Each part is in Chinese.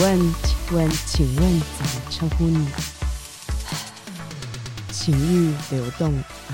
请问怎么称呼你？情欲流动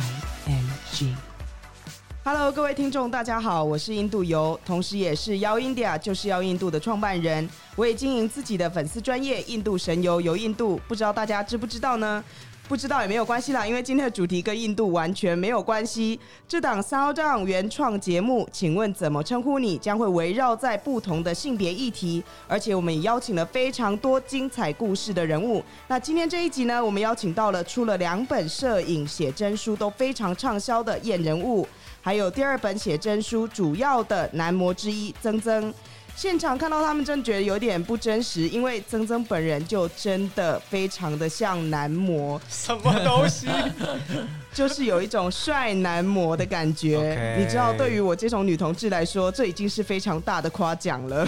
ING。Hello， 各位听众，大家好，我是印度游，同时也是YOW India，就是YOW印度的创办人。我也经营自己的粉丝专页印度神游游印度，不知道大家知不知道呢？不知道也没有关系啦，因为今天的主题跟印度完全没有关系。这档 SoundOn 原创节目，请问怎么称呼你，将会围绕在不同的性别议题，而且我们也邀请了非常多精彩故事的人物。那今天这一集呢，我们邀请到了出了2本摄影写真书都非常畅销的验人物，还有第2本写真书主要的男模之一曾曾。现场看到他们真的觉得有点不真实，因为曾曾本人就真的非常的像男模， 什么东西就是有一种帅男模的感觉、okay. 你知道对于我这种女同志来说，这已经是非常大的夸奖了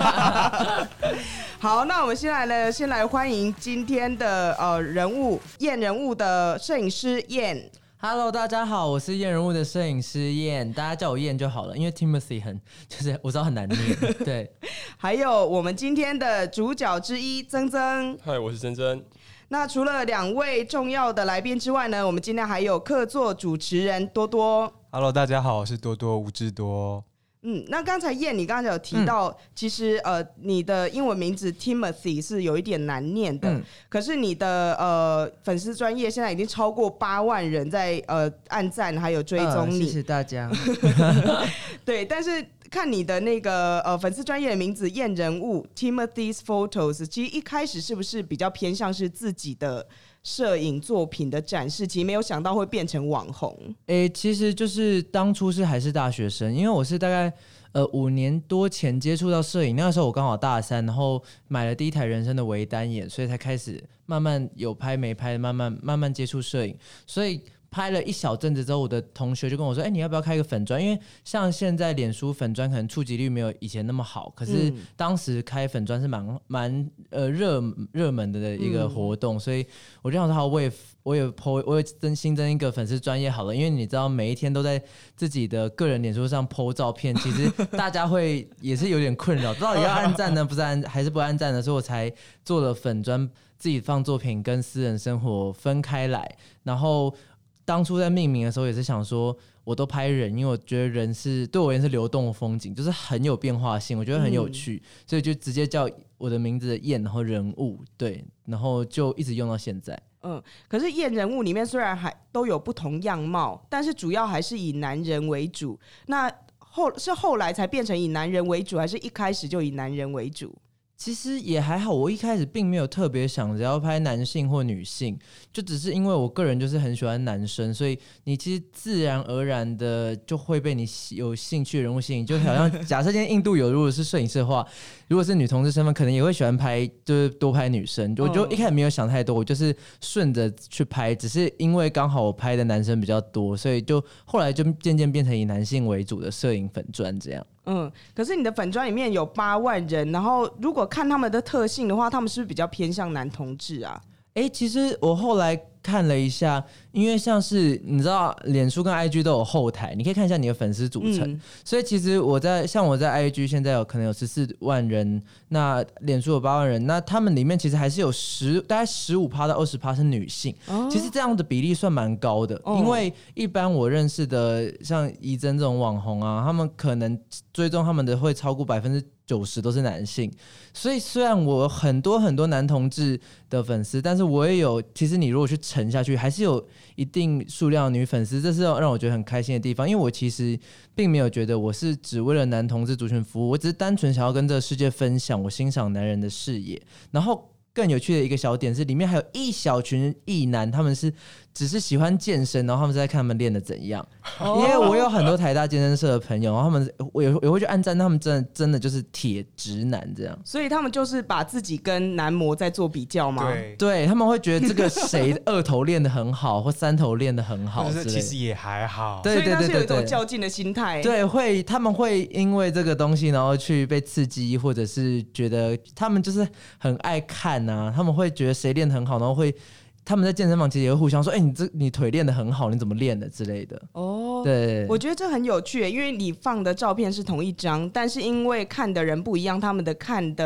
好，那我们先来欢迎今天的人物验人物的摄影师验。 Hello， 大家好，我是验人物的摄影师验，大家叫我验就好了，因为 Timothy 就是我知道很难念。对， 还有我们今天的主角之一曾曾。 嗨，我是曾曾。 那除了2位重要的来宾之外呢，我们今天还有客座主持人多多。 Hello， 大家好，我是多多吴志多。 那刚才燕，你刚才有提到，其实你的英文名字 Timothy 是有一点难念的，可是你的粉丝专页现在已经超过8万人在按赞还有追踪你， 谢谢大家。 对，但是看你的那个粉丝专页的名字验人物 Timothy's Photos， 其实一开始是不是比较偏向是自己的摄影作品的展示，其实没有想到会变成网红。 其实就是当初是还是大学生，因为我是大概5年多前接触到摄影，那个时候我刚好大3，然后买了第一台人生的微单眼，所以才开始慢慢有拍没拍，慢慢接触摄影，所以拍了一小阵子之后，我的同学就跟我说：“你要不要开一个粉专？因为像现在脸书粉专可能触及率没有以前那么好，可是当时开粉专是蛮热门的一个活动，所以我就想说，好，我也新增一个粉丝专页好了，因为你知道每一天都在自己的个人脸书上 po 照片，其实大家会也是有点困扰，到底要按赞呢，还是不按赞呢？所以我才做了粉专，自己放作品跟私人生活分开来，然后。”当初在命名的时候也是想说，我都拍人，因为我觉得人对我而言是流动的风景，就是很有变化性，我觉得很有趣，所以就直接叫我的名字的验，然后人物，对，然后就一直用到现在。 可是验人物里面虽然还都有不同样貌，但是主要还是以男人为主。那是后来才变成以男人为主，还是一开始就以男人为主？ 其实也还好，我一开始并没有特别想着要拍男性或女性，就只是因为我个人就是很喜欢男生，所以你其实自然而然的就会被你有兴趣的人物吸引，就好像假设今天印度有如果是摄影师的话，如果是女同志身份，可能也会喜欢拍，就是多拍女生。我就一开始没有想太多，我就是顺着去拍，只是因为刚好我拍的男生比较多，所以就后来就渐渐变成以男性为主的摄影粉专这样。 可是你的粉专里面有8万人，然后如果看他们的特性的话，他们是不是比较偏向男同志啊？ 其实我后来看了一下，因为像是你知道脸书跟 IG 都有后台，你可以看一下你的粉丝组成，所以其实我在 IG 现在可能有14万人，那脸书有8万人，那他们里面其实还是有大概15%到20%是女性，其实这样的比例算蛮高的，因为一般我认识的像怡珍这种网红啊，他们可能追踪他们的会超过90%都是男性，所以虽然我有很多男同志的粉丝，但是我也有，其实你如果去沉下去，还是有一定数量的女粉丝，这是让我觉得很开心的地方。因为我其实并没有觉得我是只为了男同志族群服务，我只是单纯想要跟这个世界分享我欣赏男人的视野。然后更有趣的一个小点是，里面还有一小群异男，他们只是喜欢健身，然后他们是在看他们练的怎样。因为我有很多台大健身社的朋友，然后他们我也会去按赞，他们真的就是铁直男这样。 所以他们就是把自己跟男模在做比较吗？ 对，他们会觉得这个谁2头练得很好，或3头练得很好之类的， 其实也还好。 对，所以那是有一种较劲的心态。 对，他们会因为这个东西，然后去被刺激，或者是觉得他们就是很爱看啊，他们会觉得谁练得很好，然后会。他们在健身房其实也会互相说：“你腿练得很好，你怎么练的之类的。”对， 我觉得这很有趣，因为你放的照片是同一张，但是因为看的人不一样，他们的看的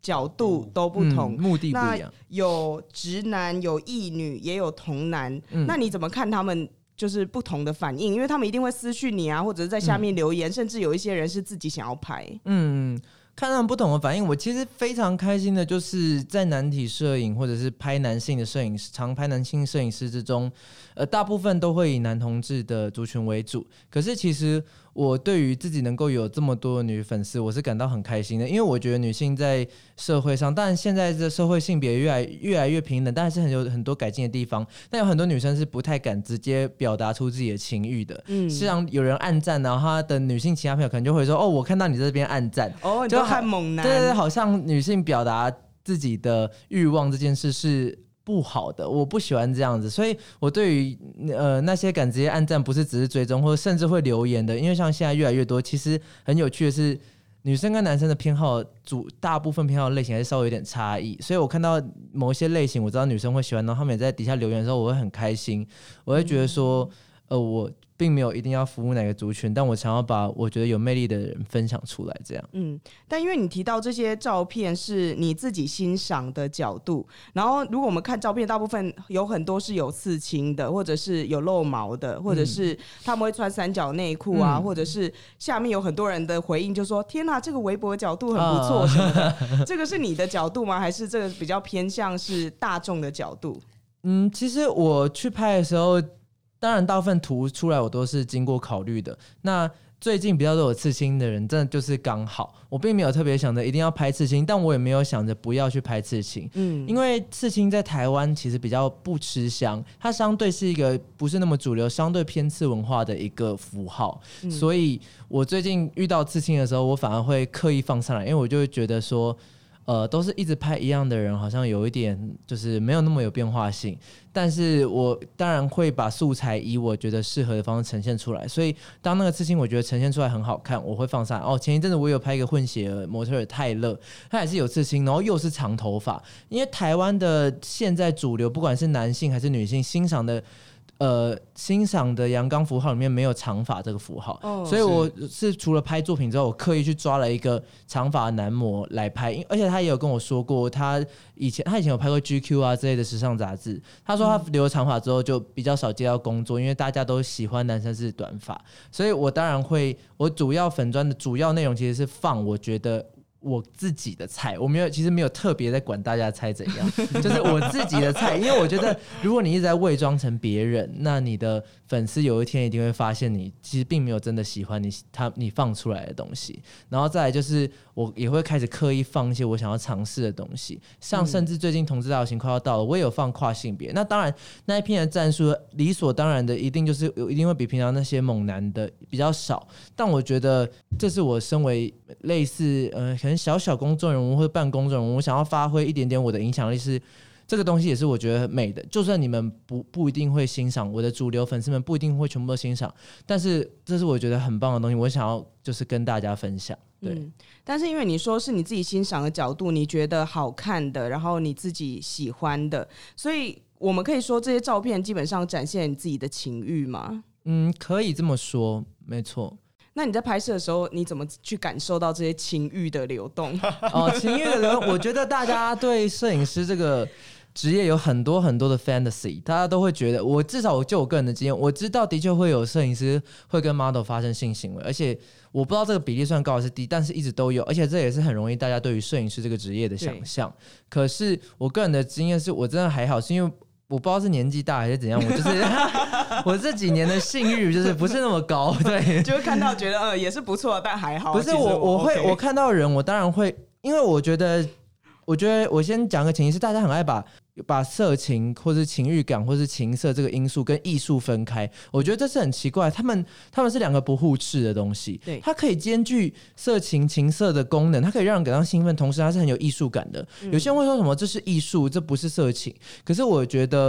角度都不同， 目的不一样。 有直男，有异女，也有同男。那你怎么看他们就是不同的反应？因为他们一定会私讯你啊，或者是在下面留言，甚至有一些人是自己想要拍。 看他们不同的反应，我其实非常开心的，就是在男体摄影或者是拍男性的摄影师，常拍男性摄影师之中，大部分都会以男同志的族群为主。可是其实我对于自己能够有这么多女粉丝，我是感到很开心的，因为我觉得女性在社会上，当然现在的社会性别越来越平等，但还是有很多改进的地方。但有很多女生是不太敢直接表达出自己的情欲的。实际上有人按赞，然后她的女性其他朋友可能就会说：“哦，我看到你在这边按赞。” 就看猛男。 对，好像女性表达自己的欲望这件事是不好的，我不喜欢这样子，所以我对于那些敢直接按赞，不是只是追踪，或者甚至会留言的，因为像现在越来越多，其实很有趣的是，女生跟男生的偏好大部分偏好的类型还是稍微有点差异，所以我看到某些类型，我知道女生会喜欢，然后他们也在底下留言的时候，我会很开心，我会觉得说，我并没有一定要服务哪个族群，但我想要把我觉得有魅力的人分享出来，这样。 但因为你提到这些照片是你自己欣赏的角度，然后如果我们看照片，大部分有很多是有刺青的，或者是有露毛的，或者是他们会穿三角内裤啊，或者是下面有很多人的回应就说：“天哪，这个微博角度很不错什么的。”这个是你的角度吗？还是这个比较偏向是大众的角度？ 其实我去拍的时候，当然大部分图出来我都是经过考虑的。那最近比较多有刺青的人，真的就是刚好，我并没有特别想着一定要拍刺青，但我也没有想着不要去拍刺青。因为刺青在台湾其实比较不吃香，它相对是一个不是那么主流，相对偏次文化的一个符号。所以我最近遇到刺青的时候，我反而会刻意放上来，因为我就会觉得说，都是一直拍一样的人，好像有一点就是没有那么有变化性。但是我当然会把素材以我觉得适合的方式呈现出来，所以当那个刺青我觉得呈现出来很好看，我会放上来。前一阵子我有拍一个混血模特儿泰勒，他也是有刺青，然后又是长头发。因为台湾的现在主流，不管是男性还是女性，欣赏的阳刚符号里面没有长发这个符号，所以我是除了拍作品之后，我刻意去抓了一个长发男模来拍，而且他也有跟我说过，他以前有拍过 GQ 啊之类的时尚杂志，他说他留了长发之后就比较少接到工作，因为大家都喜欢男生是短发，所以我当然会，我主要粉专的主要内容其实是放我觉得我自己的菜，我其实没有特别在管大家的菜怎样，就是我自己的菜。因为我觉得，如果你一直在伪装成别人，那你的粉丝有一天一定会发现你其实并没有真的喜欢你放出来的东西。然后再来就是，我也会开始刻意放一些我想要尝试的东西，像甚至最近同志大游行快要到了，我也有放跨性别。那当然，那一篇的战术理所当然的一定会比平常那些猛男的比较少，但我觉得这是我身为类似可能小公众人物或者半公众人物，我想要发挥一点点我的影响力，是这个东西也是我觉得美的。就算你们不一定会欣赏，我的主流粉丝们不一定会全部都欣赏，但是这是我觉得很棒的东西，我想要就是跟大家分享。对， 但是因为你说是你自己欣赏的角度，你觉得好看的，然后你自己喜欢的，所以我们可以说这些照片基本上展现你自己的情欲吗？ 可以这么说，没错。 那你在拍摄的时候，你怎么去感受到这些情欲的流动？ 情欲的流动，我觉得大家对摄影师这个职业有很多很多的 fantasy， 大家都会觉得，至少就我个人的经验，我知道的确会有摄影师会跟 model 发生性行为，而且我不知道这个比例算高还是低，但是一直都有，而且这也是很容易大家对于摄影师这个职业的想象。可是我个人的经验是我真的还好，是因为我不知道是年纪大还是怎样，我就是我这几年的性欲就是不是那么高，对， 就会看到觉得也是不错，但还好。 不是我看到人，我当然会，因为我觉得我先讲个前提是，大家很爱把色情或是情欲感或是情色这个因素跟艺术分开，我觉得这是很奇怪，他们是两个不互斥的东西，对，它可以兼具色情情色的功能，它可以让人感到兴奋，同时它是很有艺术感的。有些人会说什么这是艺术，这不是色情，可是我觉得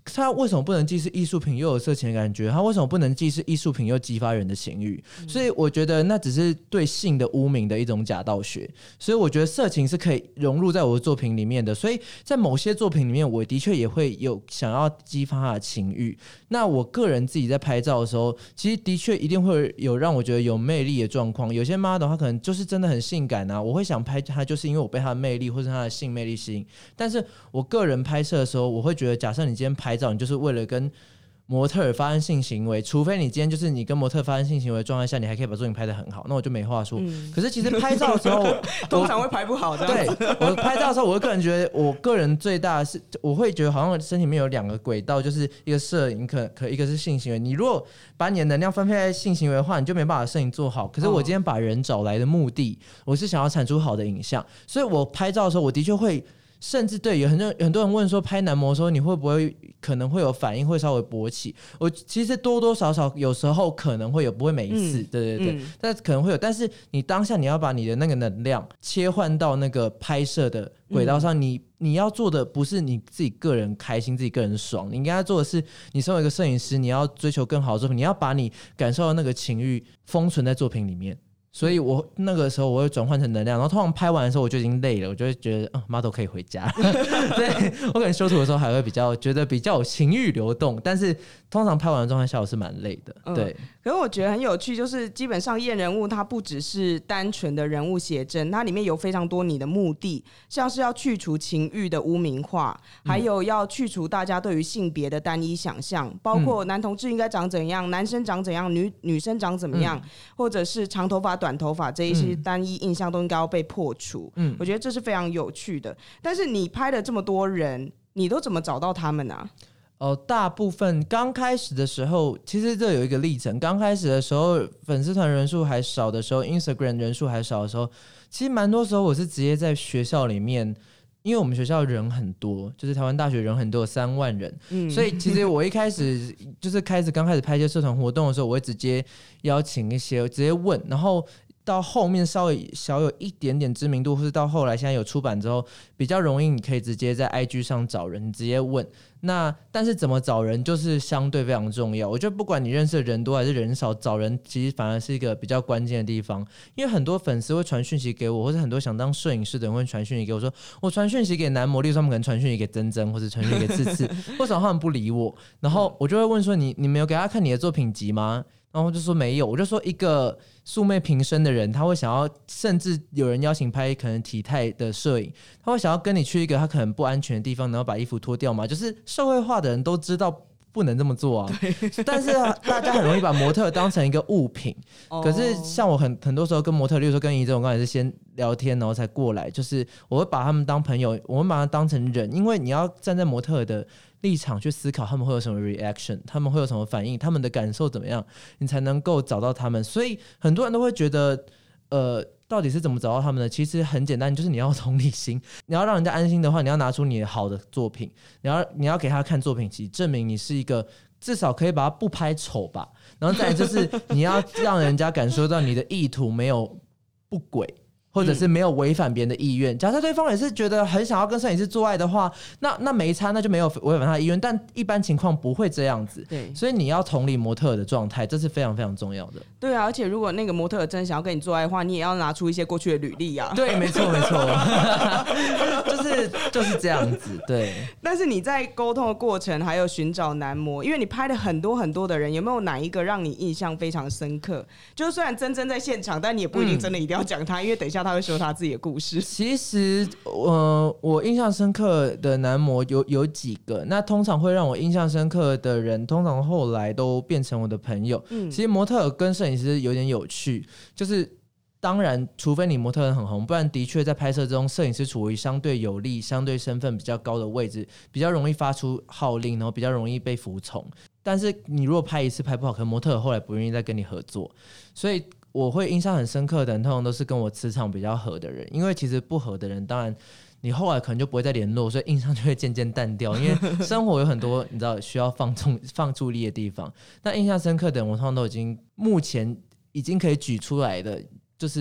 它为什么不能既是艺术品又有色情的感觉？它为什么不能既是艺术品又激发人的情欲？所以我觉得那只是对性的污名的一种假道学。所以我觉得色情是可以融入在我的作品里面的。所以在某些作品里面，我的确也会有想要激发他的情欲。那我个人自己在拍照的时候，其实的确一定会有让我觉得有魅力的状况。有些 model 他可能就是真的很性感啊，我会想拍他，就是因为我被他的魅力或是他的性魅力吸引。但是我个人拍摄的时候，我会觉得，假设你今天拍照，你就是为了跟模特儿发生性行为，除非你今天就是你跟模特发生性行为的状态下，你还可以把作品拍得很好，那我就没话说。可是其实拍照的时候通常会拍不好这样子。 对，我拍照的时候，我个人觉得，我个人最大的是，我会觉得好像身体里面有2个轨道，就是一个摄影可一个是性行为。你如果把你的能量分配在性行为的话，你就没办法摄影做好。可是我今天把人找来的目的，我是想要产出好的影像，所以我拍照的时候，我的确会。甚至对有很多人问说，拍男模的时候你会不会可能会有反应，会稍微勃起？我其实多多少少有时候可能会有，不会每一次，对，但可能会有。但是你当下你要把你的那个能量切换到那个拍摄的轨道上，你要做的不是你自己个人开心、自己个人爽，你应该做的是，你身为一个摄影师，你要追求更好的作品，你要把你感受到那个情欲封存在作品里面。所以我那个时候我会转换成能量，然后通常拍完的时候我就已经累了，我就会觉得model 可以回家。对，我可能修图的时候还会觉得比较有情欲流动，但是通常拍完的状态下我是蛮累的。对， 可是我觉得很有趣，就是基本上验人物它不只是单纯的人物写真，它里面有非常多你的目的，像是要去除情欲的污名化，还有要去除大家对于性别的单一想象，包括男同志应该长怎样，男生长怎样，女生长怎么样，或者是长头发短头发这一些单一印象都应该要被破除。我觉得这是非常有趣的。但是你拍了这么多人，你都怎么找到他们啊？ 大部分刚开始的时候，其实这有一个历程。刚开始的时候，粉丝团人数还少的时候 ，Instagram 人数还少的时候，其实蛮多时候我是直接在学校里面。因为我们学校人很多，就是台湾大学人很多，有3万人，所以其实我一开始就是刚开始拍一些社团活动的时候，我会直接邀请一些，直接问，然后到后面稍微小有一点点知名度，或是到后来现在有出版之后，比较容易，你可以直接在 IG 上找人，你直接问。那但是怎么找人就是相对非常重要，我觉得不管你认识的人多还是人少，找人其实反而是一个比较关键的地方。因为很多粉丝会传讯息给我，或者很多想当摄影师的人会传讯息给我说，我传讯息给男模，例如他们可能传讯息给珍珍，或者传讯息给次次，为什么他们不理我？然后我就会问说，你没有给他看你的作品集吗？然后就说没有。我就说一个素昧平生的人，他会想要，甚至有人邀请拍可能体态的摄影，他会想要跟你去一个他可能不安全的地方，然后把衣服脱掉嘛。就是社会化的人都知道不能这么做啊，但是大家很容易把模特当成一个物品。可是像我很多时候跟模特，例如说跟怡珍，我刚才是先聊天然后才过来，就是我会把他们当朋友，我会把他当成人，因为你要站在模特的立场去思考他们会有什么 reaction， 他们会有什么反应，他们的感受怎么样，你才能够找到他们。所以很多人都会觉得到底是怎么找到他们的？其实很简单，就是你要有同理心，你要让人家安心的话，你要拿出你的好的作品，你要给他看作品集，证明你是一个至少可以把它不拍丑吧。然后再来就是你要让人家感受到你的意图没有不轨，或者是没有违反别人的意愿。假设对方也是觉得很想要跟摄影师做爱的话，那没差，那就没有违反他的意愿。但一般情况不会这样子， 对， 所以你要同理模特的状态，这是非常非常重要的。 对啊，而且如果那个模特真想要跟你做爱的话，你也要拿出一些过去的履历啊。 对，没错，就是这样子。对。 但是你在沟通的过程，还有寻找男模，因为你拍了很多很多的人，有没有哪一个让你印象非常深刻？就是虽然珍珍在现场，但你也不一定真的一定要讲他，因为等一下他会说他自己的故事。 其实我印象深刻的男模有几个，那通常会让我印象深刻的人，通常后来都变成我的朋友。其实模特跟摄影师有点有趣，就是当然除非你模特很红，不然的确在拍摄中摄影师处于相对有利、相对身份比较高的位置，比较容易发出号令，然后比较容易被服从。但是你如果拍一次拍不好，可能模特后来不愿意再跟你合作，所以我会印象很深刻的人通常都是跟我磁场比较合的人。因为其实不合的人当然你后来可能就不会再联络，所以印象就会渐渐淡掉，因为生活有很多你知道需要放注意的地方。那印象深刻的人我通常都目前已经可以举出来的，就是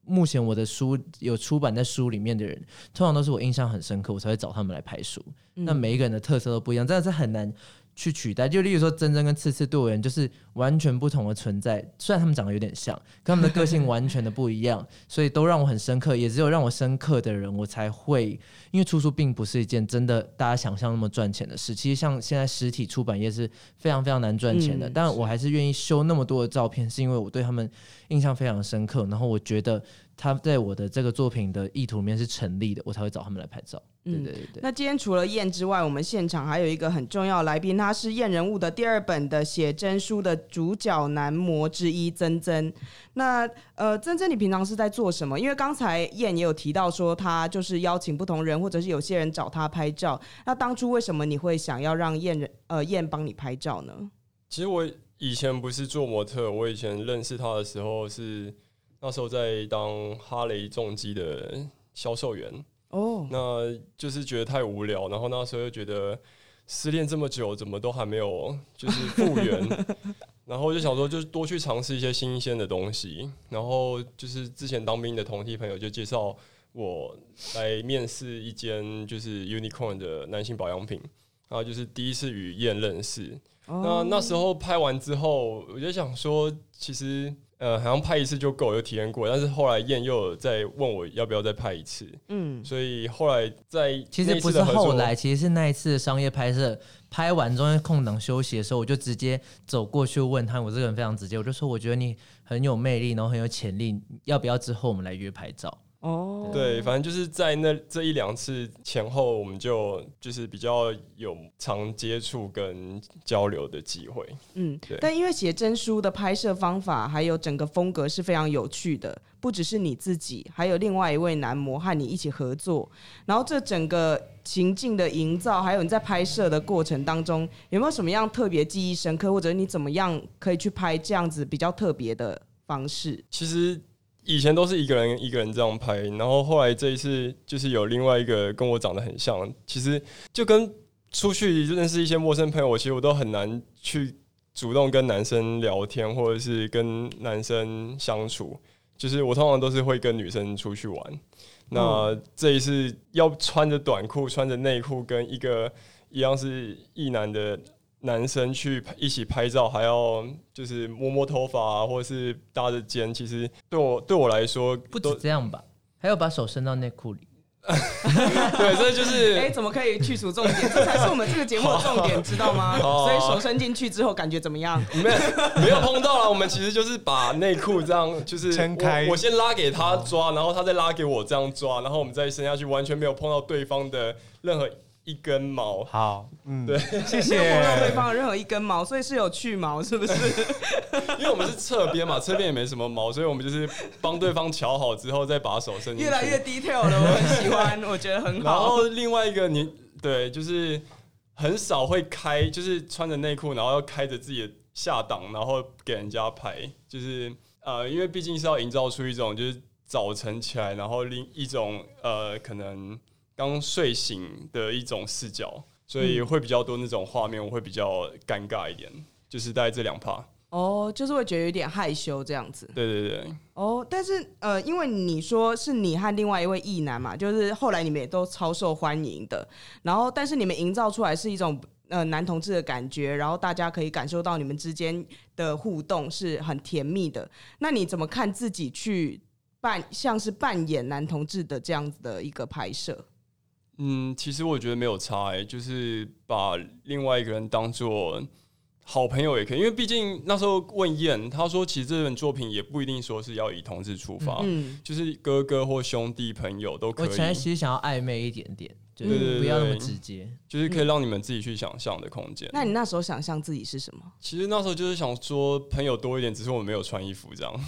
目前我的书有出版在书里面的人，通常都是我印象很深刻，我才会找他们来拍书。那每一个人的特色都不一样，真的是很难去取代。就例如说珍珍跟次次对我而言就是完全不同的存在，虽然他们长得有点像，可他们的个性完全的不一样，所以都让我很深刻。也只有让我深刻的人，我才会，因为出书并不是一件真的大家想象那么赚钱的事。其实像现在实体出版业是非常非常难赚钱的，但我还是愿意修那么多的照片，是因为我对他们印象非常深刻，然后我觉得他在我的这个作品的意图里面是成立的，我才会找他们来拍照。对。 那今天除了燕之外，我们现场还有一个很重要的来宾，他是燕人物的第2本的写真书的主角男模之一曾曾。那曾曾，你平常是在做什么？因为刚才燕也有提到说，他就是邀请不同人，或者是有些人找他拍照。那当初为什么你会想要让燕帮你拍照呢？ 其实我以前不是做模特，我以前认识他的时候是那时候在当哈雷重机的销售员。那就是觉得太无聊，然后那时候又觉得失恋这么久，怎么都还没有就是复原，然后就想说，就是多去尝试一些新鲜的东西。然后就是之前当兵的同梯朋友就介绍我来面试一间就是 Unicorn 的男性保养品，然后就是第一次与燕认识。那时候拍完之后，我就想说，其实好像拍一次就够，有体验过。但是后来燕又有在问我要不要再拍一次，所以后来在其实不是后来，其实是那一次的商业拍摄拍完中间空档休息的时候，我就直接走过去问他，我这个人非常直接，我就说我觉得你很有魅力，然后很有潜力，要不要之后我们来约拍照？ 对，反正就是在这1-2次前后，我们就是比较有常接触跟交流的机会。 但因为写真书的拍摄方法还有整个风格是非常有趣的，不只是你自己，还有另外一位男模和你一起合作，然后这整个情境的营造，还有你在拍摄的过程当中，有没有什么样特别记忆深刻，或者你怎么样可以去拍这样子比较特别的方式？ 其实以前都是一个人这样拍，然后后来这一次就是有另外一个跟我长得很像，其实就跟出去认识一些陌生朋友，其实我都很难去主动跟男生聊天，或者是跟男生相处，就是我通常都是会跟女生出去玩。那这一次要穿着短裤、穿着内裤，跟一个一样是异男的男生去一起拍照，还要就是摸摸头发啊，或者是搭着肩，其实对我来说不止这样吧，还有把手伸到内裤里。 对，这就是怎么可以去除重点？这才是我们这个节目的重点，知道吗？所以手伸进去之后感觉怎么样？ 没有碰到了，我们其实就是把内裤这样就是撑开，我先拉给他抓，然后他再拉给我这样抓，然后我们再伸下去，完全没有碰到对方的任何一根毛。 好， 对， 谢谢。 没有碰到对方的任何一根毛，所以是有去毛，是不是？ 因为我们是侧边嘛，侧边也没什么毛，所以我们就是帮对方瞧好之后，再把手伸进去。 越来越 detail 了，我很喜欢，我觉得很好。 然后另外一个对，就是很少会开，就是穿着内裤，然后要开着自己的下档，然后给人家拍，就是因为毕竟是要营造出一种就是早晨起来，然后另一种可能刚睡醒的一种视角，所以会比较多那种画面，我会比较尴尬一点，就是大概这2 part。 就是会觉得有点害羞这样子。 对。 但是因为你说是你和另外一位异男嘛，就是后来你们也都超受欢迎的，然后但是你们营造出来是一种男同志的感觉，然后大家可以感受到你们之间的互动是很甜蜜的。那你怎么看自己去像是扮演男同志的这样子的一个拍摄？ 其实我觉得没有差就是把另外一个人当作好朋友也可以，因为毕竟那时候问燕，他说其实这本作品也不一定说是要以同志出发，就是哥哥或兄弟朋友都可以。 我其实想要暧昧一点点，就是不要那么直接， 就是可以让你们自己去想象的空间。 那你那时候想象自己是什么？ 其实那时候就是想说朋友多一点，只是我们没有穿衣服这样。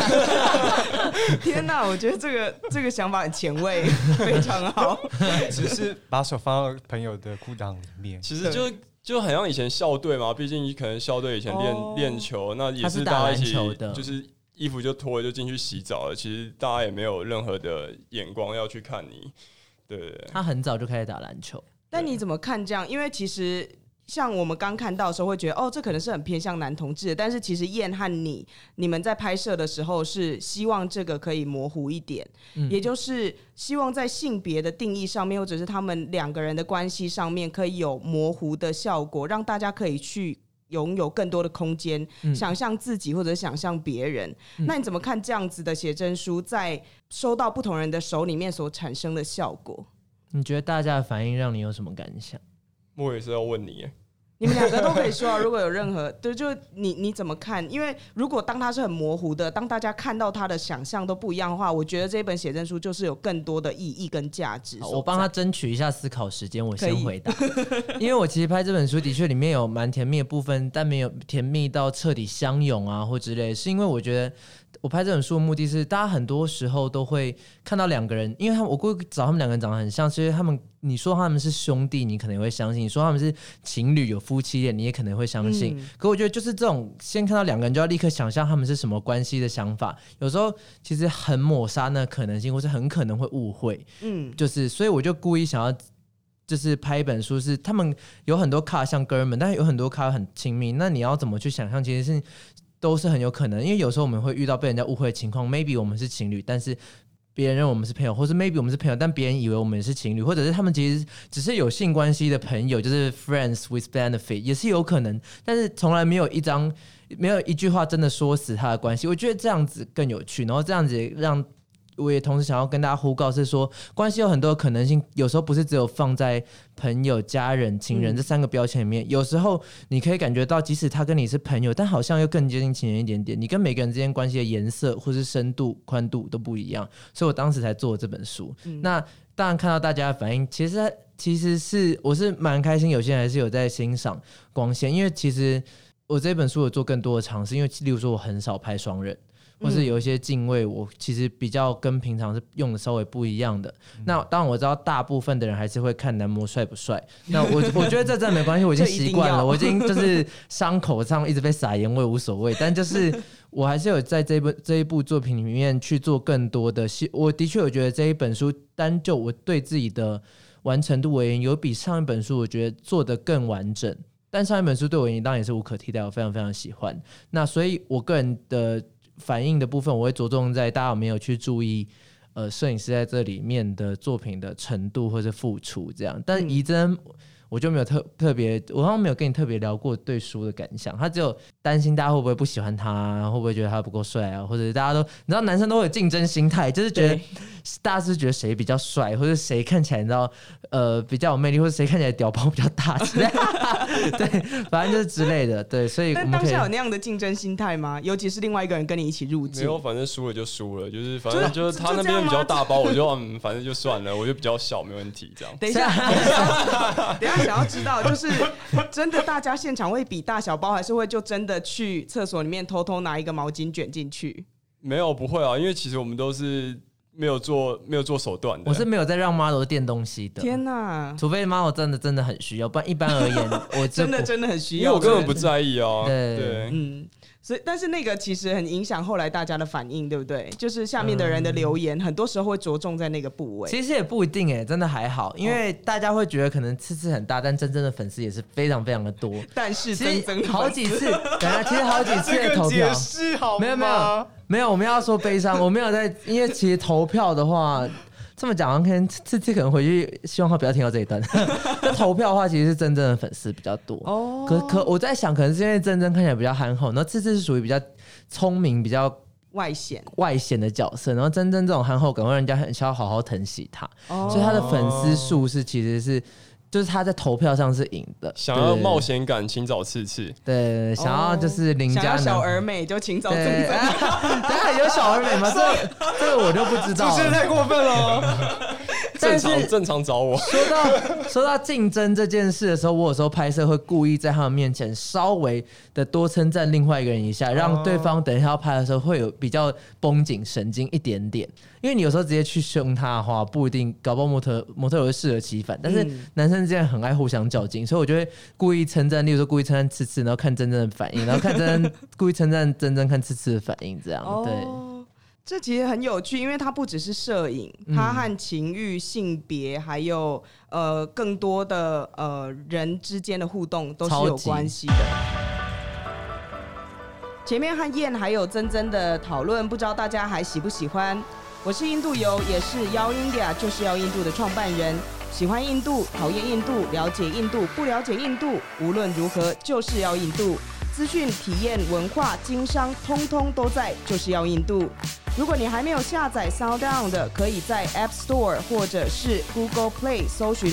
天哪，我觉得这个想法很前卫，非常好。 只是把手放到朋友的裤裆里面， 其实就很像以前校队嘛，毕竟可能校队以前练球，那也是大家一起就是衣服就脱了就进去洗澡了。其实大家也没有任何的眼光要去看你。对， 他很早就开始打篮球。 但你怎么看这样？因为其实像我们刚看到的时候会觉得这可能是很偏向男同志的，但是其实燕和你们在拍摄的时候是希望这个可以模糊一点，也就是希望在性别的定义上面或者是他们两个人的关系上面可以有模糊的效果，让大家可以去拥有更多的空间，想象自己或者想象别人。那你怎么看这样子的写真书在收到不同人的手里面所产生的效果？ 你觉得大家的反应让你有什么感想？ 我也是要问你耶， 你们两个都可以说如果有任何对，就你怎么看？因为如果当它是很模糊的，当大家看到它的想象都不一样的话，我觉得这本写真书就是有更多的意义跟价值。 我帮他争取一下思考时间，我先回答。因为我其实拍这本书的确里面有蛮甜蜜的部分，但没有甜蜜到彻底相拥啊或之类，是因为我觉得我拍这本书的目的是，大家很多时候都会看到两个人，因为我估计找他们两个人长得很像，所以你说他们是兄弟，你可能也会相信；你说他们是情侣有夫妻恋，你也可能会相信。可我觉得就是这种先看到两个人就要立刻想象他们是什么关系的想法，有时候其实很抹杀那可能性，或是很可能会误会。就是所以我就故意想要。就是拍一本书，是他们有很多卡像哥们，但是有很多卡很亲密。那你要怎么去想象？其实是都是很有可能，因为有时候我们会遇到被人家误会的情况。Maybe 我们是情侣，但是别人认为我们是朋友，或是 Maybe 我们是朋友，但别人以为我们是情侣，或者是他们其实只是有性关系的朋友，就是 friends with benefit， 也是有可能。但是从来没有一句话真的说死他的关系。我觉得这样子更有趣，然后这样子让。我也同时想要跟大家呼告是说，关系有很多可能性，有时候不是只有放在朋友、家人、情人这三个标签里面，有时候你可以感觉到，即使他跟你是朋友，但好像又更接近情人一点点。你跟每个人之间关系的颜色或是深度、宽度都不一样，所以我当时才做这本书。那当然看到大家的反应，其实是我是蛮开心，有些人还是有在欣赏光线，因为其实我这本书有做更多的尝试，因为例如说我很少拍双人。或是有一些敬畏，我其实比较跟平常是用的稍微不一样的。那当然我知道大部分的人还是会看男模帅不帅，那我觉得这真的没关系，我已经习惯了，我已经就是伤口上一直被撒盐，我也无所谓。但就是我还是有在这一部作品里面去做更多的，我的确有觉得这一本书单就我对自己的完成度而言，有比上一本书我觉得做得更完整。但上一本书对我而言当然也是无可替代，我非常非常喜欢。那所以我个人的反应的部分，我会着重在大家有没有去注意，摄影师在这里面的作品的程度或是付出这样。但怡珍，我就没有特别，我好像没有跟你特别聊过对书的感想，他只有担心大家会不会不喜欢他，会不会觉得他不够帅啊，或者大家都你知道男生都会有竞争心态，就是觉得大家是觉得谁比较帅，或者谁看起来你知道比较有魅力，或者谁看起来屌包比较大之类的，对，反正就是之类的，对，所以我们但当下有那样的竞争心态吗？尤其是另外一个人跟你一起入境， 没有，反正输了就输了，就是反正就是他那边比较大包，我就反正就算了，我就比较小，没问题这样。 等一下，等一下想要知道，就是真的大家现场会比大小包，还是会就真的去厕所里面偷偷拿一个毛巾卷进去？ 没有，不会啊，因为其实我们都是没有做手段的。 我是没有在让 model 垫东西的。 天哪！ 除非 model 真的很需要，不然一般而言，我真的很需要， 因为我根本不在意啊。 对， 所以，但是那个其实很影响后来大家的反应，对不对？就是下面的人的留言，很多时候会着重在那个部位。 其实也不一定真的还好，因为大家会觉得可能次次很大，但真正的粉丝也是非常非常的多。 但是增好几次，等下其实好几次的投票， 这个解释好吗？ 没有，我们要说悲伤，我没有在，因为其实投票的话。这么讲，次可能回去，希望他不要听到这一段。就投票的话，其实是真正的粉丝比较多。可我在想，可能是因为真看起来比较憨厚，然后次是属于比较聪明、比较外显的角色，然后真这种憨厚感会让人家很想要好好疼惜他，所以他的粉丝数其实是。就是他在投票上是赢的， 想要冒险感，请找次次。 对，想要就是邻家想要小而美，就请找曾曾。 对，有小而美吗？这个我就不知道了， 这太过分了。 正常找我。 说到竞争这件事的时候，我有时候拍摄会故意在他们面前稍微的多称赞另外一个人一下，让对方等一下要拍的时候会有比较绷紧神经一点点。因为你有时候直接去凶他的话，不一定，搞不好模特会适得其反。但是男生之间很爱互相较劲，所以我就会故意称赞，例如说故意称赞次次，然后看真正的反应，然后故意称赞真看次次的反应，这样对。 这其实很有趣，因为它不只是摄影，它和情欲、性别还有更多的人之间的互动都是有关系的。前面和燕还有珍珍的讨论，不知道大家还喜不喜欢？我是印度游，也是YOW India 就是要印度的创办人。喜欢印度，讨厌印度，了解印度，不了解印度，无论如何就是要印度。资讯、体验、文化、经商，通通都在就是要印度。如果你还没有下载 SoundOn 的，可以在 App Store 或者是 Google Play 搜寻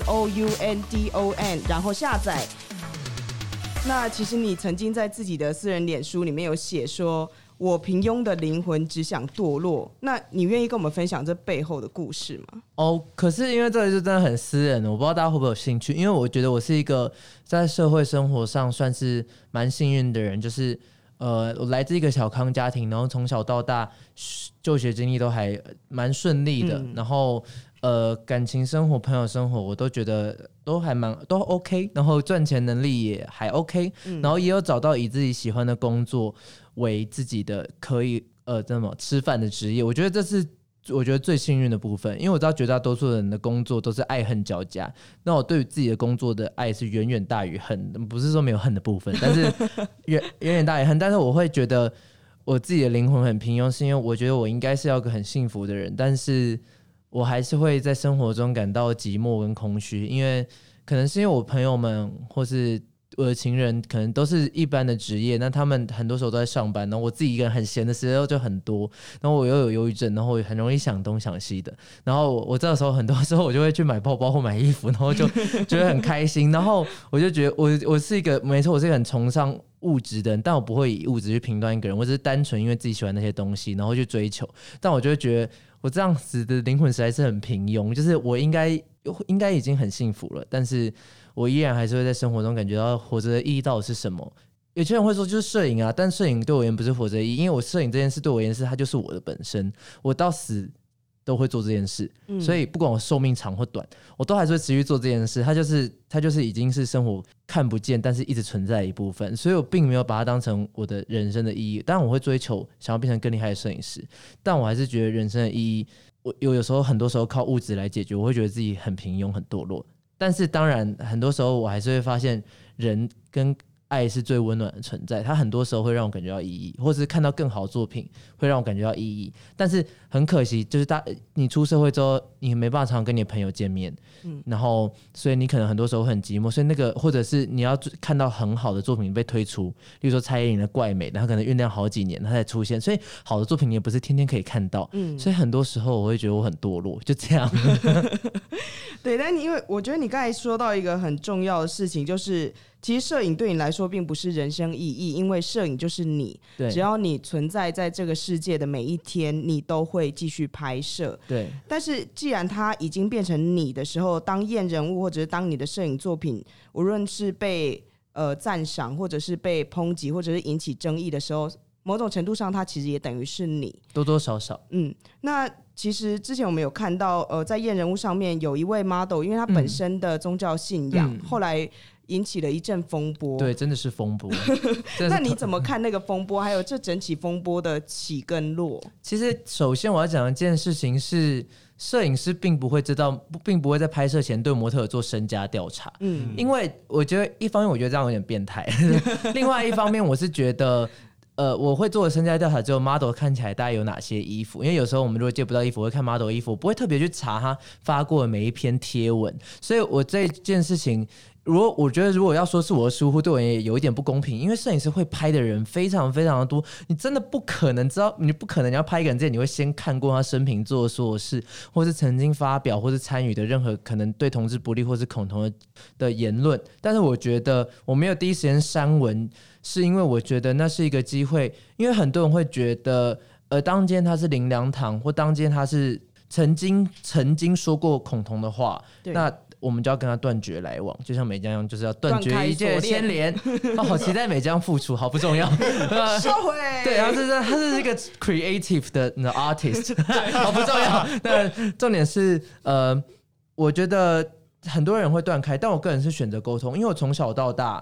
SOUNDON， 然后下载。那其实你曾经在自己的私人脸书里面有写说，我平庸的灵魂只想堕落。那你愿意跟我们分享这背后的故事吗？ 可是因为这个就真的很私人，我不知道大家会不会有兴趣。因为我觉得我是一个在社会生活上算是蛮幸运的人，就是我来自一个小康家庭，然后从小到大就学经历都还蛮顺利的，然后感情生活、朋友生活，我都觉得都 OK， 然后赚钱能力也还 OK，然后也有找到以自己喜欢的工作为自己的可以吃饭的职业。我觉得这是我觉得最幸运的部分，因为我知道绝大多数人的工作都是爱恨交加，那我对于自己的工作的爱是远远大于恨，不是说没有恨的部分，但是远远大于恨。但是我会觉得我自己的灵魂很平庸，是因为我觉得我应该是要个很幸福的人，但是我还是会在生活中感到寂寞跟空虚，因为可能是因为我朋友们或是我的情人可能都是一般的职业，那他们很多时候都在上班，然后我自己一个人很闲的时候就很多，然后我又有忧郁症，然后我很容易想东想西的，然后我这个时候很多时候我就会去买包包或买衣服，然后就觉得很开心，然后我就觉得我是一个没错，我是一个很崇尚物质的人，但我不会以物质去评断一个人，我只是单纯因为自己喜欢那些东西然后去追求，但我就会觉得我这样子的灵魂实在是很平庸，就是我应该已经很幸福了，但是我依然还是会在生活中感觉到活着的意义到底是什么。有些人会说就是摄影啊，但摄影对我而言不是活着的意义，因为我摄影这件事对我而言是它就是我的本身，我到死都会做这件事，所以不管我寿命长或短，我都还是会持续做这件事，它就是已经是生活看不见但是一直存在的一部分，所以我并没有把它当成我的人生的意义。当然我会追求想要变成更厉害的摄影师，但我还是觉得人生的意义我有时候很多时候靠物质来解决，我会觉得自己很平庸很堕落。但是当然很多时候我还是会发现人跟爱是最温暖的存在，它很多时候会让我感觉到意义，或者是看到更好的作品会让我感觉到意义。但是很可惜就是你出社会之后你没办法常常跟你的朋友见面，然后所以你可能很多时候会很寂寞，所以那个或者是你要看到很好的作品被推出，例如说蔡依林的怪美，它可能酝酿好几年它才出现，所以好的作品你也不是天天可以看到，所以很多时候我会觉得我很堕落，就这样对，但因为我觉得你刚才说到一个很重要的事情，就是其实摄影对你来说并不是人生意义，因为摄影就是你，只要你存在在这个世界的每一天你都会继续拍摄。 对， 但是既然它已经变成你的时候，当验人物或者是当你的摄影作品无论是被赞赏或者是被抨击或者是引起争议的时候，某种程度上它其实也等于是你， 多多少少。 那其实之前我们有看到在验人物上面有一位 model， 因为他本身的宗教信仰，后来引起了一阵风波。 对，真的是风波那你怎么看那个风波还有这整起风波的起跟落？ 其实首先我要讲一件事情是，摄影师并不会在拍摄前对模特做身家调查，因为我觉得一方面我觉得这样有点变态另外一方面我是觉得我会做的身家调查只有 model 看起来大概有哪些衣服，因为有时候我们如果借不到衣服，我会看 model 的衣服，我不会特别去查他发过的每一篇贴文，所以我这件事情我觉得如果要说是我的疏忽，对我也有一点不公平，因为摄影师会拍的人非常非常的多，你真的不可能知道，你不可能你要拍一个人之前你会先看过他生平做的所有事，或是曾经发表或是参与的任何可能对同志不利或是恐同的言论。但是我觉得我没有第一时间删文，是因为我觉得那是一个机会，因为很多人会觉得当今天他是林良堂，或当今天他是曾经说过恐同的话，那我们就要跟他断绝来往，就像美江一样，就是要断绝一切牵连。好期待美江复出，好不重要。 收回。 对，他是一个 creative 的 artist， 好不重要。但重点是，我觉得很多人会断开，但我个人是选择沟通，因为我从小到大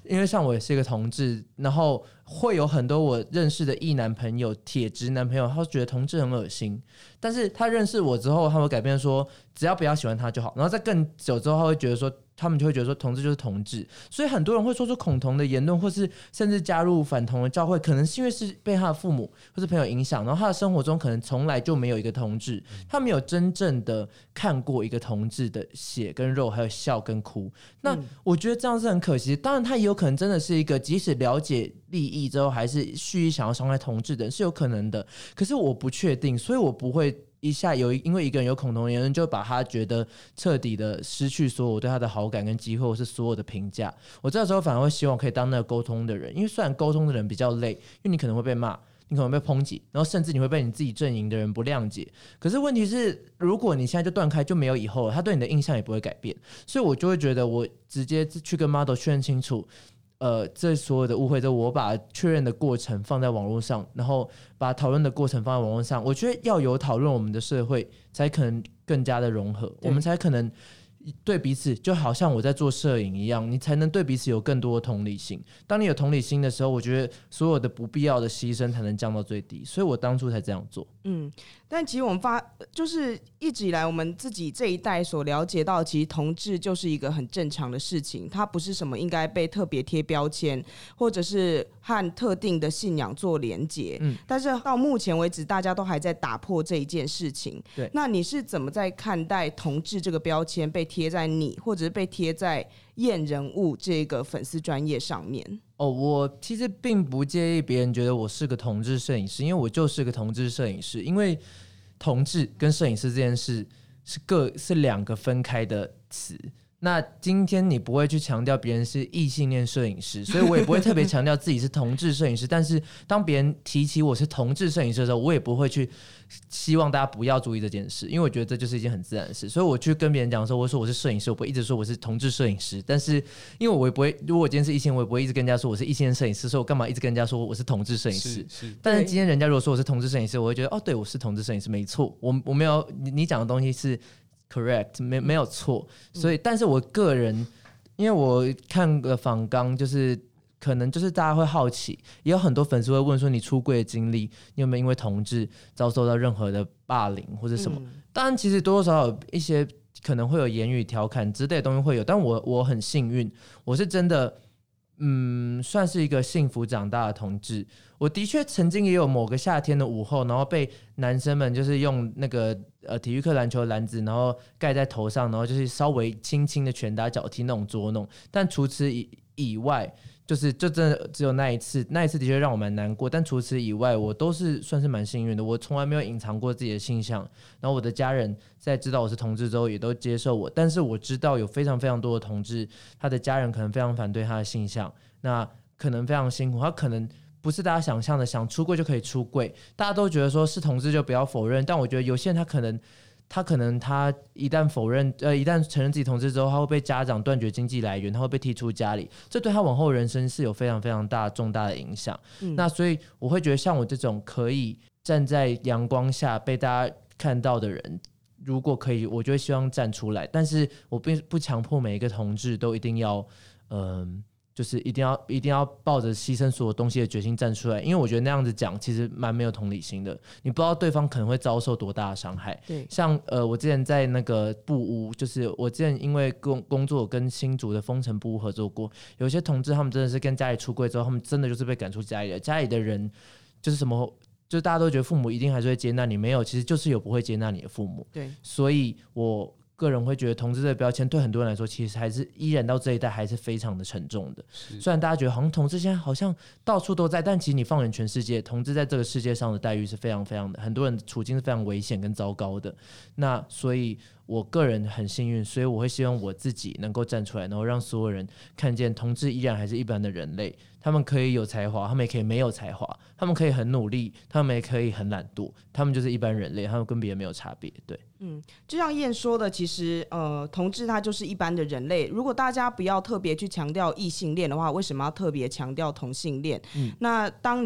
因为像我也是一个同志，然后会有很多我认识的异男朋友、铁直男朋友，他觉得同志很恶心，但是他认识我之后，他会改变说，只要不要喜欢他就好。然后在更久之后，他会觉得说，他们就会觉得说，同志就是同志。所以很多人会说出恐同的言论，或是甚至加入反同的教会，可能是因为是被他的父母或是朋友影响，然后他的生活中可能从来就没有一个同志，他没有真正的看过一个同志的血跟肉，还有笑跟哭。那我觉得这样是很可惜。当然，他也有可能真的是一个即使了解利益之后，还是蓄意想要伤害同志的人，是有可能的。可是我不确定，所以我不会一下因为一个人有恐同言论，就把他觉得彻底的失去所有对他的好感跟机会，或是所有的评价。我这时候反而会希望可以当那个沟通的人，因为虽然沟通的人比较累，因为你可能会被骂，你可能会被抨击，然后甚至你会被你自己阵营的人不谅解。可是问题是，如果你现在就断开，就没有以后了，他对你的印象也不会改变。所以我就会觉得，我直接去跟 model 确认清楚。这所有的误会之后，我把确认的过程放在网络上，然后把讨论的过程放在网络上。我觉得要有讨论，我们的社会才可能更加的融合，我们才可能对彼此，就好像我在做摄影一样，你才能对彼此有更多的同理心。当你有同理心的时候，我觉得所有的不必要的牺牲才能降到最低。所以我当初才这样做。 但其实我们就是一直以来我们自己这一代所了解到，其实同志就是一个很正常的事情，它不是什么应该被特别贴标签，或者是和特定的信仰做连结。但是到目前为止，大家都还在打破这一件事情。 对， 那你是怎么在看待同志这个标签被贴在你，或者是被贴在验人物这个粉丝专页上面？ 我其实并不介意别人觉得我是个同志摄影师，因为我就是个同志摄影师。因为同志跟摄影师这件事是两个分开的词。那今天你不会去强调别人是异性恋摄影师，所以我也不会特别强调自己是同志摄影师。但是当别人提起我是同志摄影师的时候，我也不会去希望大家不要注意这件事，因为我觉得这就是一件很自然的事。所以我去跟别人讲说，我说我是摄影师，我不会一直说我是同志摄影师。但是因为我也不会，如果我今天是异性，我也不会一直跟人家说我是异性恋摄影师，所以我干嘛一直跟人家说我是同志摄影师？但是今天人家如果说我是同志摄影师，我会觉得对，我是同志摄影师，没错，我没有你讲的东西是correct， 没有错。所以但是我个人，因为我看个访纲，就是可能就是大家会好奇，也有很多粉丝会问说，你出柜的经历，你有没有因为同志遭受到任何的霸凌或者什么？当然其实多多少少有一些可能会有言语调侃之类的东西会有，但我很幸运，我是真的算是一个幸福长大的同志。我的确曾经也有某个夏天的午后，然后被男生们就是用那个体育课篮球篮子，然后盖在头上，然后就是稍微轻轻的拳打脚踢那种捉弄。但除此以外，就真的只有那一次的确让我蛮难过。但除此以外，我都是算是蛮幸运的，我从来没有隐藏过自己的性向。然后我的家人在知道我是同志之后，也都接受我。但是我知道有非常非常多的同志，他的家人可能非常反对他的性向，那可能非常辛苦，他可能不是大家想象的想出柜就可以出柜。大家都觉得说是同志就不要否认，但我觉得有些人他可能一旦一旦承认自己同志之后，他会被家长断绝经济来源，他会被踢出家里，这对他往后人生是有非常非常大重大的影响。那所以我会觉得像我这种可以站在阳光下被大家看到的人，如果可以，我就会希望站出来。但是我并不强迫每一个同志都一定要就是一定要抱着牺牲所有东西的决心站出来，因为我觉得那样子讲其实蛮没有同理心的。你不知道对方可能会遭受多大的伤害。 对， 像我之前在那个布屋，就是我之前因为工作跟新竹的风城布屋合作过，有些同志他们真的是跟家里出柜之后，他们真的就是被赶出家里了。家里的人就是什么，就是大家都觉得父母一定还是会接纳你，没有，其实就是有不会接纳你的父母。 对， 所以我个人会觉得同志这个标签对很多人来说，其实还是依然到这一代还是非常的沉重的。虽然大家觉得好像同志现在好像到处都在，但其实你放眼全世界，同志在这个世界上的待遇是非常非常的，很多人的处境是非常危险跟糟糕的。那所以我个人很幸运，所以我会希望我自己能够站出来，然后让所有人看见同志依然还是一般的人类，他们可以有才华，他们也可以没有才华，他们可以很努力，他们也可以很懒惰，他们就是一般人类，他们跟别人没有差别。对， 就像燕说的，其实同志他就是一般的人类。如果大家不要特别去强调异性恋的话，为什么要特别强调同性恋？那当你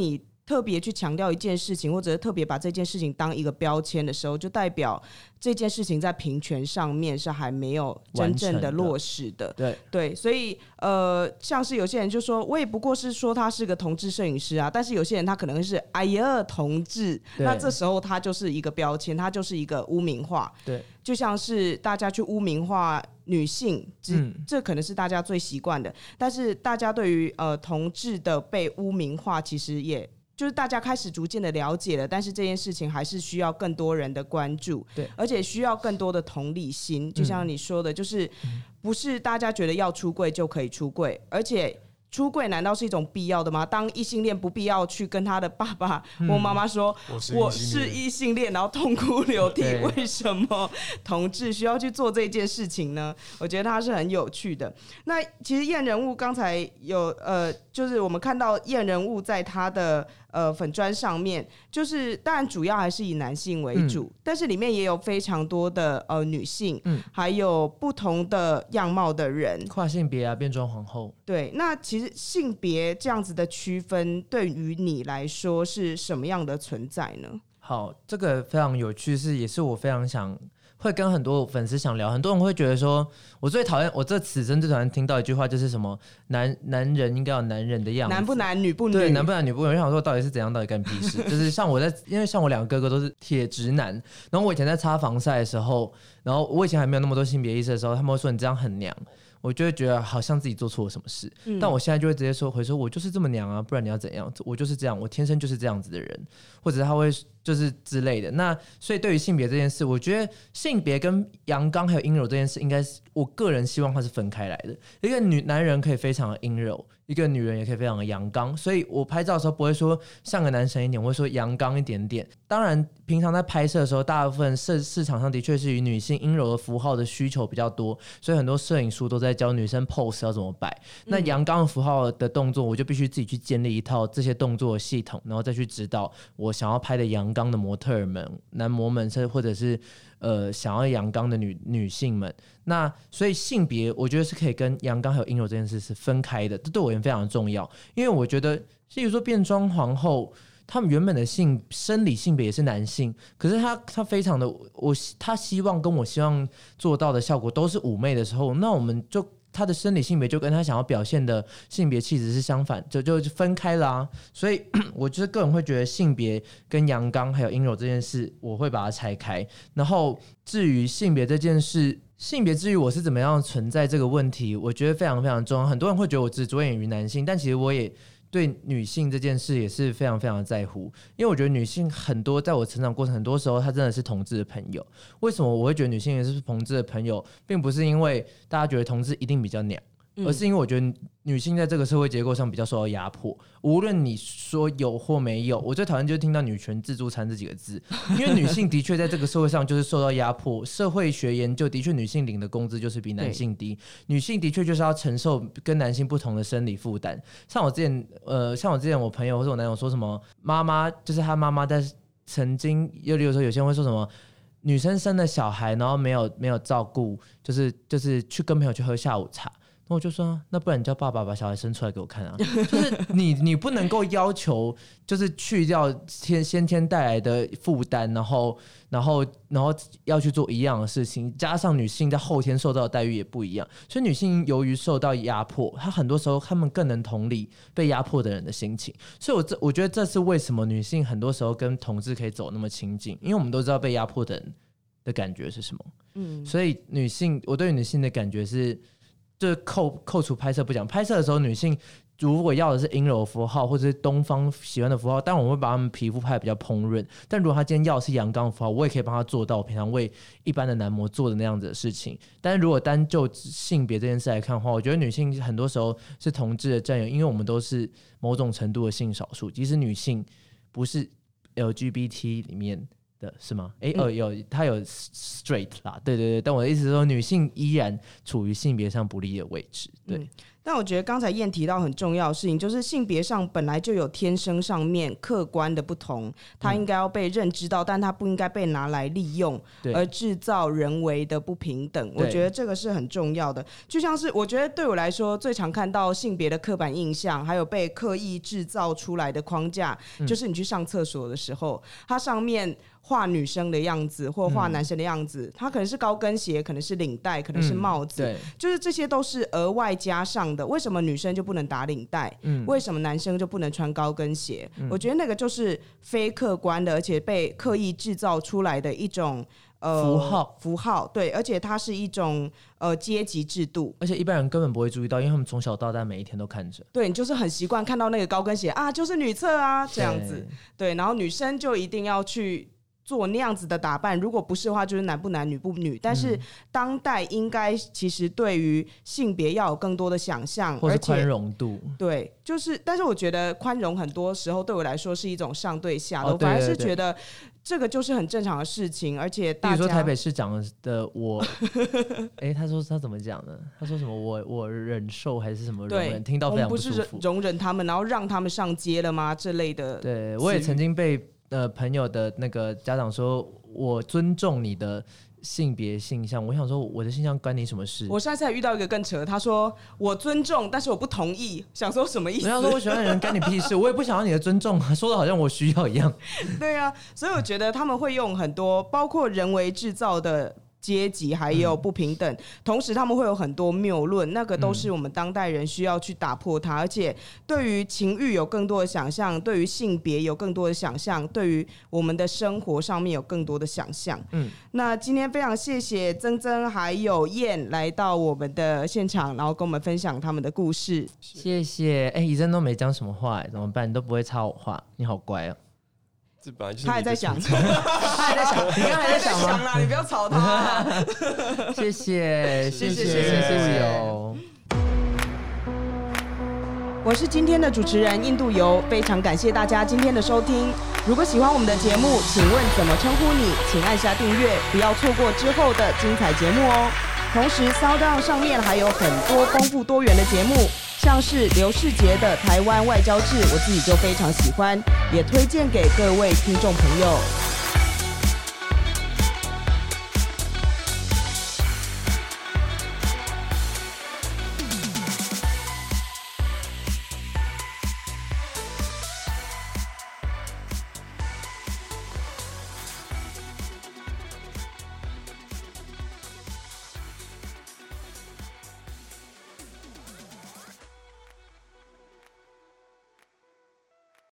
特别去强调一件事情，或者是特别把这件事情当一个标签的时候，就代表这件事情在平权上面是还没有真正的落实的。对，所以像是有些人就说，我也不过是说他是个同志摄影师啊，但是有些人他可能是哎呀同志，那这时候他就是一个标签，他就是一个污名化。 对， 就像是大家去污名化女性，这可能是大家最习惯的，但是大家对于同志的被污名化，其实也就是大家开始逐渐的了解了，但是这件事情还是需要更多人的关注， 对， 而且需要更多的同理心。就像你说的，就是不是大家觉得要出柜就可以出柜，而且出柜难道是一种必要的吗？当异性恋不必要去跟他的爸爸或妈妈说我是异性恋，然后痛哭流涕，为什么同志需要去做这件事情呢？我觉得它是很有趣的。那其实验人物刚才有就是我们看到验人物在他的粉专上面，就是当然主要还是以男性为主，但是里面也有非常多的女性，还有不同的样貌的人， 跨性别啊，变装皇后。 对，那其实性别这样子的区分，对于你来说是什么样的存在呢？ 好，这个非常有趣，也是我非常想会跟很多粉丝想聊。很多人会觉得说，我最讨厌，我这此生最讨厌听到一句话，就是什么男人应该有男人的样子， 男不男女不女， 对，男不男女不女。我想说到底是怎样，到底干屁事？就是像我因为像我两个哥哥都是铁直男，然后我以前在擦防晒的时候，然后我以前还没有那么多性别意识的时候，他们会说你这样很娘。我就会觉得好像自己做错了什么事，但我现在就会直接回说我就是这么娘啊，不然你要怎样？我就是这样，我天生就是这样子的人，或者他会就是之类的。那所以对于性别这件事，我觉得性别跟阳刚还有阴柔这件事，应该是我个人希望它是分开来的。一个男人可以非常的阴柔，一个女人也可以非常的阳刚，所以我拍照的时候不会说像个男生一点，我会说阳刚一点点。当然平常在拍摄的时候，大部分市场上的确是以女性阴柔的符号的需求比较多，所以很多摄影书都在教女生 pose 要怎么摆。那阳刚的符号的动作，我就必须自己去建立一套这些动作的系统，然后再去指导我想要拍的阳刚的模特儿们、男模们，或者是想要阳刚的女性们。那所以性别我觉得是可以跟阳刚还有阴柔这件事是分开的，这对我也非常重要。因为我觉得例如说变装皇后，他们原本的生理性别也是男性，可是他非常的他希望跟我希望做到的效果都是妩媚的时候，那我们就他的生理性别就跟他想要表现的性别气质是相反，就分开了啊。所以我就是个人会觉得性别跟阳刚还有阴柔这件事，我会把它拆开。然后至于性别这件事，性别至于我是怎么样存在这个问题，我觉得非常非常重要。很多人会觉得我只着眼于男性，但其实我也对女性这件事也是非常非常的在乎，因为我觉得女性很多在我成长过程很多时候她真的是同志的朋友。为什么我会觉得女性也是同志的朋友，并不是因为大家觉得同志一定比较娘，而是因为我觉得女性在这个社会结构上比较受到压迫，无论你说有或没有。我最讨厌就是听到女权自助餐这几个字，因为女性的确在这个社会上就是受到压迫。社会学研究的确女性领的工资就是比男性低，女性的确就是要承受跟男性不同的生理负担。像我之前我朋友或者我男友说什么妈妈，就是他妈妈在曾经例如说有些人会说什么女生生了小孩然后没有照顾，就是去跟朋友去喝下午茶，那我就说那不然你叫爸爸把小孩生出来给我看啊。就是你不能够要求就是去掉先天带来的负担，然后要去做一样的事情，加上女性在后天受到的待遇也不一样，所以女性由于受到压迫，她很多时候她们更能同理被压迫的人的心情。所以我觉得这是为什么女性很多时候跟同志可以走那么亲近，因为我们都知道被压迫的人的感觉是什么。所以我对女性的感觉是，就是扣除拍摄不讲，拍摄的时候女性如果要的是阴柔符号或者是东方喜欢的符号，当然我会把他们皮肤拍得比较烹饪，但如果他今天要的是阳刚符号，我也可以帮他做到我平常为一般的男模做的那样子的事情。但是如果单就性别这件事来看的话，我觉得女性很多时候是同志的战友，因为我们都是某种程度的性少数，即使女性不是 LGBT 里面的是吗？他有 straight 啦，对，但我的意思是说，女性依然处于性别上不利的位置。对， 但我觉得刚才燕提到很重要的事情，就是性别上本来就有天生上面客观的不同，它应该要被认知到，但它不应该被拿来利用而制造人为的不平等。我觉得这个是很重要的。就像是我觉得对我来说最常看到性别的刻板印象，还有被刻意制造出来的框架，就是你去上厕所的时候，它上面画女生的样子或画男生的样子，它可能是高跟鞋，可能是领带，可能是帽子，就是这些都是额外加上的。为什么女生就不能打领带？为什么男生就不能穿高跟鞋？我觉得那个就是非客观的，而且被刻意制造出来的一种符号，对，而且它是一种阶级制度， 而且一般人根本不会注意到，因为他们从小到大每一天都看着。 对，你就是很习惯看到那个高跟鞋啊，就是女厕啊这样子，对，然后女生就一定要去做那样子的打扮，如果不是的话就是男不男女不女。但是当代应该其实对于性别要有更多的想象或是宽容度， 对，就是但是我觉得宽容很多时候对我来说是一种上对下的，我反而是觉得这个就是很正常的事情。而且大家比如说台北市长的我他说他怎么讲呢？他说什么我忍受还是什么容忍，听到非常不舒服。 我们不是容忍他们然后让他们上街了吗这类的。 对，我也曾经被朋友的那个家长说我尊重你的性别性向，我想说我的性向关你什么事？ 我上次还遇到一个更扯，他说我尊重但是我不同意，想说什么意思？ 我想说我喜欢的人干你屁事，我也不想要你的尊重，说的好像我需要一样。 对啊，所以我觉得他们会用很多包括人为制造的阶级还有不平等，同时他们会有很多谬论，那个都是我们当代人需要去打破它。而且对于情欲有更多的想象，对于性别有更多的想象，对于我们的生活上面有更多的想象。那今天非常谢谢曾曾还有燕来到我们的现场，然后跟我们分享他们的故事。 谢谢。怡珍都没讲什么话，怎么办？你都不会插我话，你好乖哦。 这本来就是他还在想，他还在想，你刚才还在想吗？你不要吵他。 谢谢，谢谢油。 我是今天的主持人印度油，非常感谢大家今天的收听。如果喜欢我们的节目，请问怎么称呼你？请按下订阅，不要错过之后的精彩节目哦。同时 SoundOn 上面还有很多丰富多元的节目，像是刘世杰的台湾外交志，我自己就非常喜欢，也推荐给各位听众朋友。